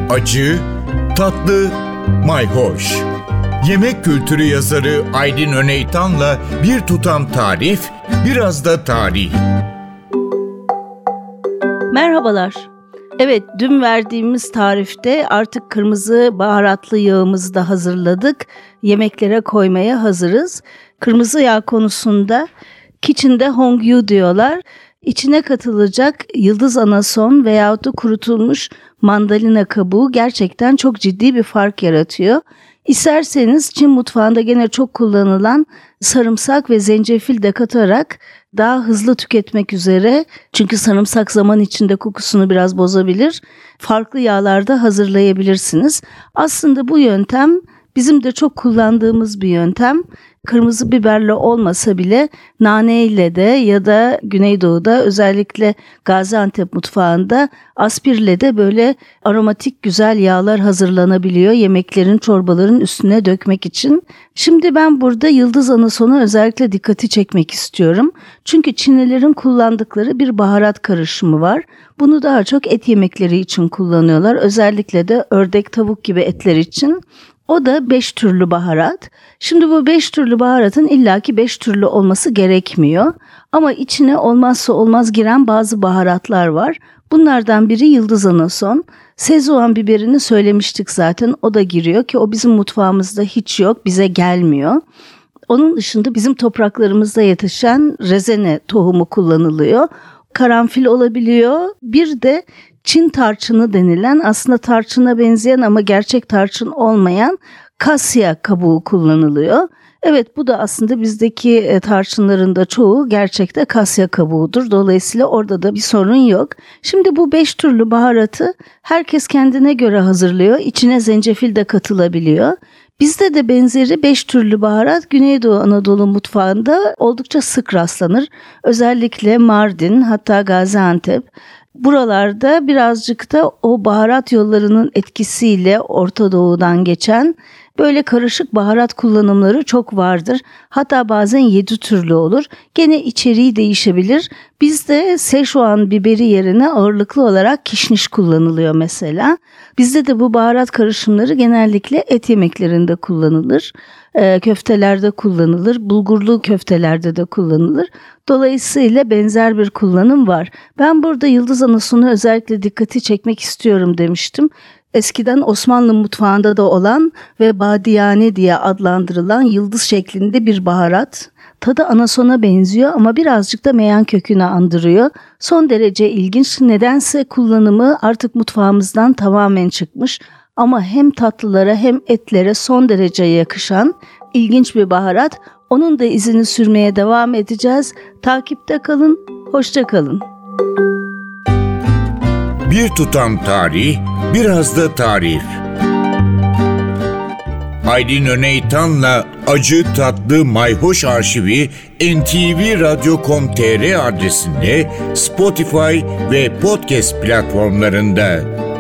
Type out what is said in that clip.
acı, tatlı, mayhoş. Yemek kültürü yazarı Aydin Öneytan'la bir tutam tarif, biraz da tarih. Merhabalar. Evet, dün verdiğimiz tarifte artık kırmızı baharatlı yağımızı da hazırladık. Yemeklere koymaya hazırız. Kırmızı yağ konusunda kitchen'de Hongyu diyorlar. İçine katılacak yıldız anason veyahut da kurutulmuş mandalina kabuğu gerçekten çok ciddi bir fark yaratıyor. İsterseniz Çin mutfağında gene çok kullanılan sarımsak ve zencefil de katarak daha hızlı tüketmek üzere, çünkü sarımsak zaman içinde kokusunu biraz bozabilir, farklı yağlarda hazırlayabilirsiniz. Aslında bu yöntem bizim de çok kullandığımız bir yöntem. Kırmızı biberle olmasa bile naneyle de ya da Güneydoğu'da özellikle Gaziantep mutfağında aspirle de böyle aromatik güzel yağlar hazırlanabiliyor yemeklerin, çorbaların üstüne dökmek için. Şimdi ben burada yıldız anasona özellikle dikkati çekmek istiyorum. Çünkü Çinlilerin kullandıkları bir baharat karışımı var. Bunu daha çok et yemekleri için kullanıyorlar. Özellikle de ördek, tavuk gibi etler için. O da 5 türlü baharat. Şimdi bu 5 türlü baharatın illaki 5 türlü olması gerekmiyor. Ama içine olmazsa olmaz giren bazı baharatlar var. Bunlardan biri yıldız anason. Szechuan biberini söylemiştik zaten, o da giriyor ki o bizim mutfağımızda hiç yok, bize gelmiyor. Onun dışında bizim topraklarımızda yetişen rezene tohumu kullanılıyor. Karanfil olabiliyor. Bir de Çin tarçını denilen, aslında tarçına benzeyen ama gerçek tarçın olmayan kasya kabuğu kullanılıyor. Evet, bu da aslında bizdeki tarçınların da çoğu gerçekte kasya kabuğudur. Dolayısıyla orada da bir sorun yok. Şimdi bu 5 türlü baharatı herkes kendine göre hazırlıyor. İçine zencefil de katılabiliyor. Bizde de benzeri 5 türlü baharat Güneydoğu Anadolu mutfağında oldukça sık rastlanır. Özellikle Mardin, hatta Gaziantep. Buralarda birazcık da o baharat yollarının etkisiyle Orta Doğu'dan geçen böyle karışık baharat kullanımları çok vardır. Hatta bazen 7 türlü olur. Gene içeriği değişebilir. Bizde Szechuan biberi yerine ağırlıklı olarak kişniş kullanılıyor mesela. Bizde de bu baharat karışımları genellikle et yemeklerinde kullanılır. Köftelerde kullanılır. Bulgurlu köftelerde de kullanılır. Dolayısıyla benzer bir kullanım var. Ben burada yıldız anasona özellikle dikkati çekmek istiyorum demiştim. Eskiden Osmanlı mutfağında da olan ve badiyane diye adlandırılan yıldız şeklinde bir baharat. Tadı anasona benziyor ama birazcık da meyan kökünü andırıyor. Son derece ilginç. Nedense kullanımı artık mutfağımızdan tamamen çıkmış. Ama hem tatlılara hem etlere son derece yakışan ilginç bir baharat. Onun da izini sürmeye devam edeceğiz. Takipte kalın, hoşça kalın. Bir tutam tarih, biraz da tarif. Aydin Öneytan'la acı tatlı mayhoş arşivi ntvradio.com.tr adresinde, Spotify ve podcast platformlarında.